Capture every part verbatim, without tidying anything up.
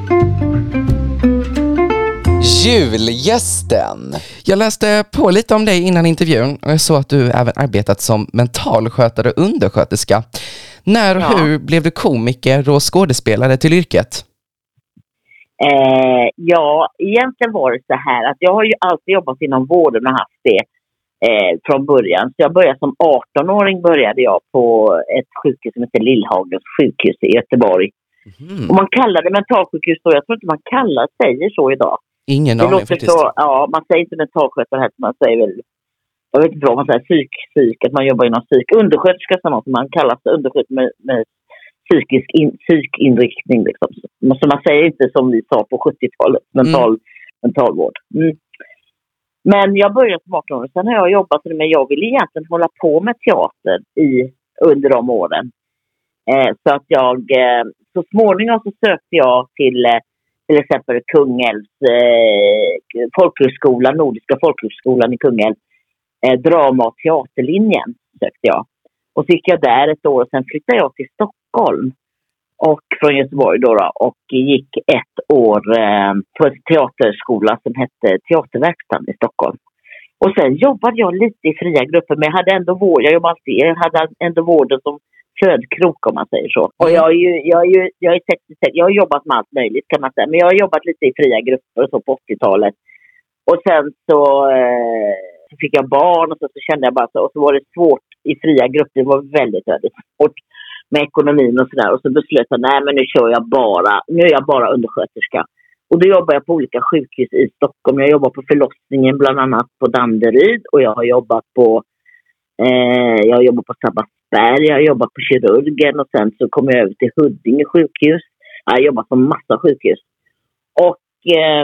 Julgästen. Jag läste på lite om dig innan intervjun och jag såg att du även arbetat som mentalskötare och undersköterska. När och Ja. hur blev du komiker och skådespelare till yrket? Eh, ja, egentligen var det så här att jag har ju alltid jobbat inom vården och haft det eh, från början. Så jag började som arton-åring började jag på ett sjukhus som heter Lillhagens sjukhus i Göteborg. Mm. Och man kallar det mentalsjukhus då, jag tror inte man kallar säger så idag. Ingen det aning låter faktiskt. så, ja, man säger inte mentalskötare här, man säger väl, jag vet inte vad man säger, psyk, psyk, att man jobbar inom psyk. Undersköterska som något, man kallar det undersköterska med, med psykisk in, psykinriktning liksom. Så man säger inte som vi sa på sjuttiotalet, mental, mm. mentalvård. Mm. Men jag började som arton år, sen har jag jobbat med, men jag ville egentligen hålla på med teater i, under de åren. Eh, så att jag, eh, så småningom så sökte jag till eh, till exempel Kungälvs eh, folkhögskola, Nordiska folkhögskolan i Kungälv, eh, drama- och teaterlinjen sökte jag. Och så gick jag där ett år och sen flyttade jag till Stockholm och från Göteborg då, då och gick ett år eh, på en teaterskola som hette Teaterverkstan i Stockholm. Och sen jobbade jag lite i fria grupper, men jag hade ändå vård, jag jobbade alltid, jag hade ändå vården som födkrok om man säger så. Och jag är ju, jag är ju, jag är sextiosex, jag har jobbat med allt möjligt kan man säga. Men jag har jobbat lite i fria grupper och så på åttiotalet. Och sen så, eh, så fick jag barn och så, så kände jag bara så. Och så var det svårt i fria grupper, det var väldigt, väldigt svårt med ekonomin och sådär. Och så beslöt jag, nej men nu kör jag bara, nu är jag bara undersköterska. Och då jobbar jag på olika sjukhus i Stockholm. Jag jobbar på förlossningen bland annat på Danderyd. Och jag har jobbat på, eh, jag har jobbat på Sabbath. Jag har jobbat på kirurgen och sen så kom jag över till Huddinge sjukhus. Jag har jobbat på massa sjukhus. Och eh,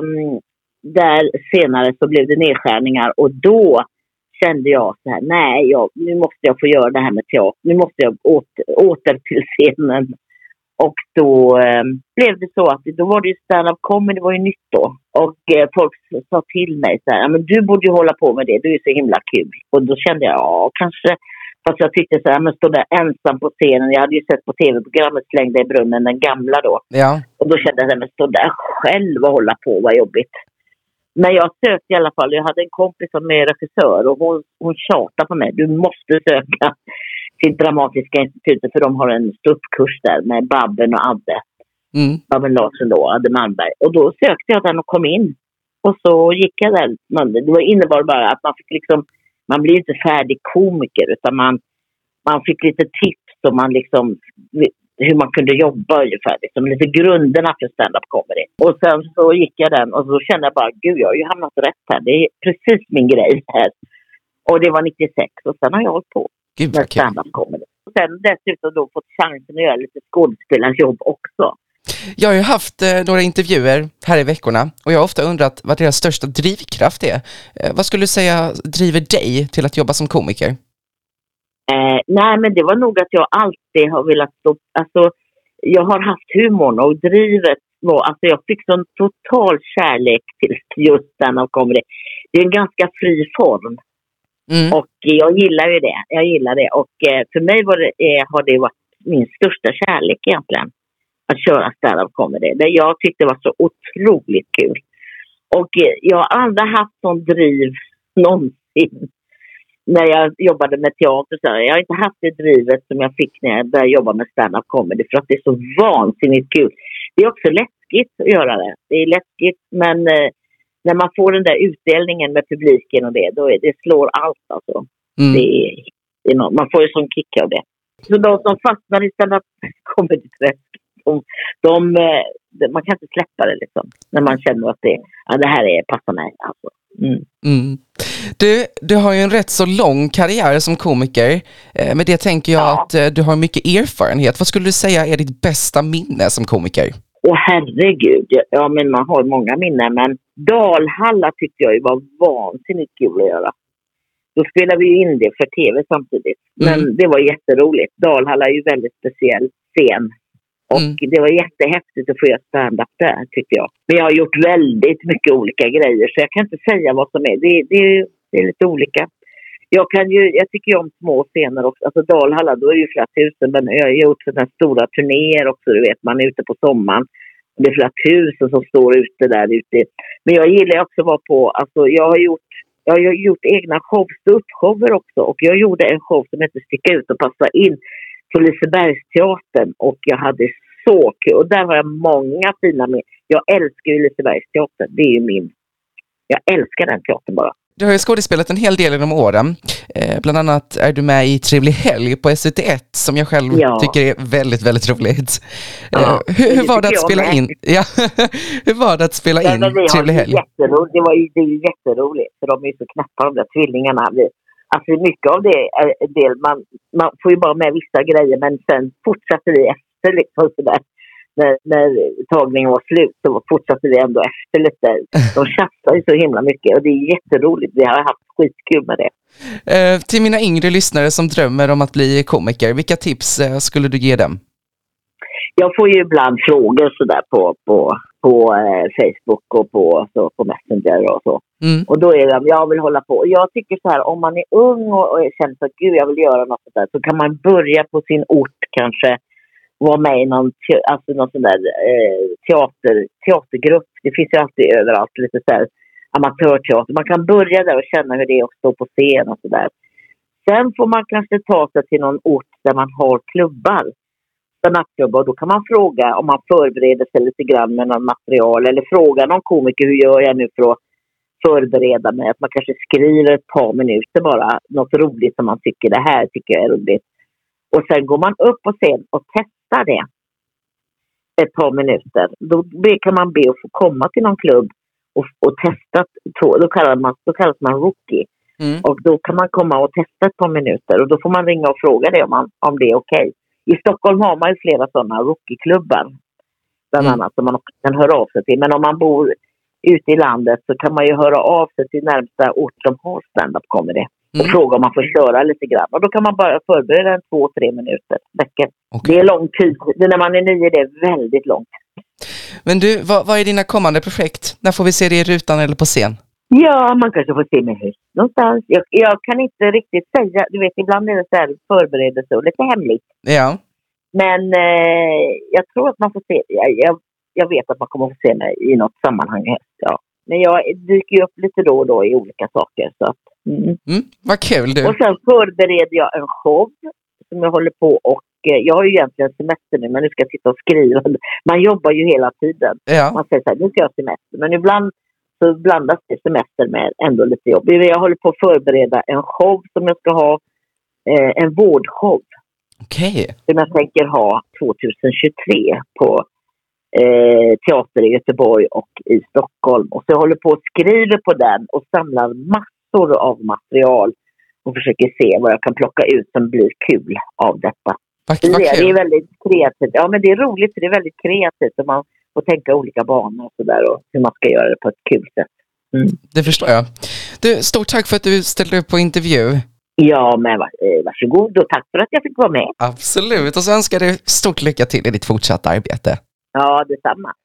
där senare så blev det nedskärningar och då kände jag så här, nej, jag, nu måste jag få göra det här med teater. Nu måste jag åter, åter till scenen. Och då eh, blev det så att då var det ju stand-up comedy, det var ju nytt då. Och eh, folk sa till mig så här, ja, men du borde ju hålla på med det, du är så himla kul. Och då kände jag, ja kanske. Fast jag tyckte så här, men stod där ensam på scenen. Jag hade ju sett på tv-programmet Slängda i brunnen, den gamla då. Ja. Och då kände jag så här, men stå där själv och hålla på, vad jobbigt. Men jag sökte i alla fall. Jag hade en kompis som är regissör och hon, hon tjatade på mig. Du måste söka till Dramatiska institutet för de har en ståuppkurs där med Babben och Adde. Mm. Babben Larsson då, Adde Malmberg. Och då sökte jag den och kom in. Och så gick jag där. Man, det var innebar bara att man fick liksom, man blir inte färdig komiker utan man, man fick lite tips om man liksom, hur man kunde jobba ungefär. Liksom, lite grunderna för stand-up comedy. Och sen så gick jag den och så kände jag bara, gud jag har ju hamnat rätt här. Det är precis min grej här. Och det var nittiosex och sen har jag hållit på gud, med stand-up comedy. Och sen dessutom då fått chansen att göra lite skådespelarjobb också. Jag har ju haft eh, några intervjuer här i veckorna och jag har ofta undrat vad deras största drivkraft är. Eh, vad skulle du säga driver dig till att jobba som komiker? Eh, nej, men det var nog att jag alltid har velat stå... Alltså, jag har haft humorn och drivet var... Alltså, jag fick sån total kärlek till just den och comedy. Det är en ganska fri form. Mm. Och jag gillar ju det. Jag gillar det. Och eh, för mig var det, eh, har det varit min största kärlek egentligen. Att köra stand-up comedy. Det jag tyckte var så otroligt kul. Och eh, jag har aldrig haft sån driv någonsin när jag jobbade med teater. Så jag har inte haft det drivet som jag fick när jag började jobba med stand-up comedy. För att det är så vansinnigt kul. Det är också läskigt att göra det. Det är läskigt, men eh, när man får den där utdelningen med publiken och det, då är det slår allt alltså. Mm. Det är, det är något, man får ju sån kick av det. Så de som fastnar i stand-up comedy, de, de, de, man kan inte släppa det liksom. När man känner att det, ja, det här är, passar mig alltså. Mm. Mm. Du, du har ju en rätt så lång karriär som komiker. Eh, med det tänker jag ja. att eh, du har mycket erfarenhet. Vad skulle du säga är ditt bästa minne som komiker? Åh herregud, ja men man har många minnen, men Dalhalla tyckte jag ju var vansinnigt kul att göra. Då spelade vi ju in det för tv samtidigt. Men mm. det var jätteroligt. Dalhalla är ju väldigt speciell scen. Och mm. det var jättehäftigt att få göra stand-up där, tycker jag. Men jag har gjort väldigt mycket olika grejer, så jag kan inte säga vad som är. Det, det, det är lite olika. Jag, kan ju, jag tycker ju om små scener också. Alltså Dalhalla, då är det ju flera tusen. Men jag har gjort sådana stora turnéer också, du vet. Man är ute på sommaren Det är flera tusen som står ute där ute. Men jag gillar också att vara på, alltså jag har gjort, jag har gjort egna show, ståuppshower också. Och jag gjorde en show som heter Sticka ut och passa in på Lisebergsteatern. Och jag hade så kul. Och där har jag många fina med. Jag älskar ju Lisebergsteatern. Det är ju min, jag älskar den teatern bara. Du har ju skådespelat en hel del genom åren. Eh, bland annat är du med i Trevlig helg på S V T ett som jag själv ja. tycker är väldigt, väldigt roligt. Eh, ja, hur, hur var det att spela in? Ja, hur var det att spela in ja, Trevlig helg? Det var ju, det är ju jätteroligt för de är ju så knappa de där tvillingarna. Alltså mycket av det är del, man, man får ju bara med vissa grejer men sen fortsatte vi efter liksom sådär. När, när tagningen var slut så fortsatte vi ändå efter lite. De tjafsar ju så himla mycket och det är jätteroligt. Vi har haft skitkul med det. Eh, till mina yngre lyssnare som drömmer om att bli komiker, vilka tips eh, skulle du ge dem? Jag får ju ibland frågor sådär på, på, på eh, Facebook och på, så, på Messenger och så. Mm. Och då är det, jag vill hålla på. Och jag tycker så här, om man är ung och, och känner att gud jag vill göra något sådär, så kan man börja på sin ort kanske. Vara med i någon, alltså någon sån där eh, teater, teatergrupp. Det finns ju alltid överallt lite så här amatörteater. Man kan börja där och känna hur det är att stå på scen och sådär. Sen får man kanske ta sig till någon ort där man har klubbar. Nattklubbar. Och då kan man fråga om man förbereder sig lite grann med någon material. Eller fråga någon komiker, hur gör jag nu för att förbereda mig? Att man kanske skriver ett par minuter bara. Något roligt som man tycker, det här tycker jag är roligt. Och sen går man upp på scen och testar det ett par minuter. Då kan man be att få komma till någon klubb och, och testa. Då kallas man, då kallas man rookie. Mm. Och då kan man komma och testa ett par minuter. Och då får man ringa och fråga det om, man, om det är okej. I Stockholm har man ju flera sådana rookie-klubbar. Bland mm. annat som man också kan höra av sig till. Men om man bor ute i landet så kan man ju höra av sig till närmsta ort som har stand-up comedy. Och mm. fråga om man får köra lite grann. Och då kan man bara förbereda en två, tre minuter. Okay. Det är lång tid. Det, när man är nio det är väldigt långt. Men du, vad, vad är dina kommande projekt? När får vi se det i rutan eller på scen? Ja, man kanske får se mig hus någonstans. Jag, jag kan inte riktigt säga. Du vet, ibland är det så här förberedelse och lite hemligt. Ja. Men eh, jag tror att man får se. Jag, jag, jag vet att man kommer få se mig i något sammanhang. Ja. Men jag dyker ju upp lite då och då i olika saker. Så att, mm. Mm, vad kul du. Och sen förbereder jag en show som jag håller på och eh, jag har ju egentligen semester nu men nu ska jag sitta och skriva. Man jobbar ju hela tiden. Ja. Man säger så här, nu ska jag ha semester. Men ibland så blandas det semester med ändå lite jobb. Jag håller på att förbereda en show som jag ska ha, eh, en vårdshow. Okej. Okay. Som jag tänker ha tjugohundratjugotre på Eh, teater i Göteborg och i Stockholm. Och så jag håller på att skriva på den och samlar massor av material och försöker se vad jag kan plocka ut som blir kul av detta. Tack, det, det är väldigt kreativt. Ja, men det är roligt för det är väldigt kreativt och man får tänka olika banor och sådär och hur man ska göra det på ett kul sätt. Mm. Det förstår jag. Du, stort tack för att du ställde upp på intervju. Ja, men var, eh, varsågod och tack för att jag fick vara med. Absolut, och så önskar jag dig stort lycka till i ditt fortsatta arbete. Ja, detsamma.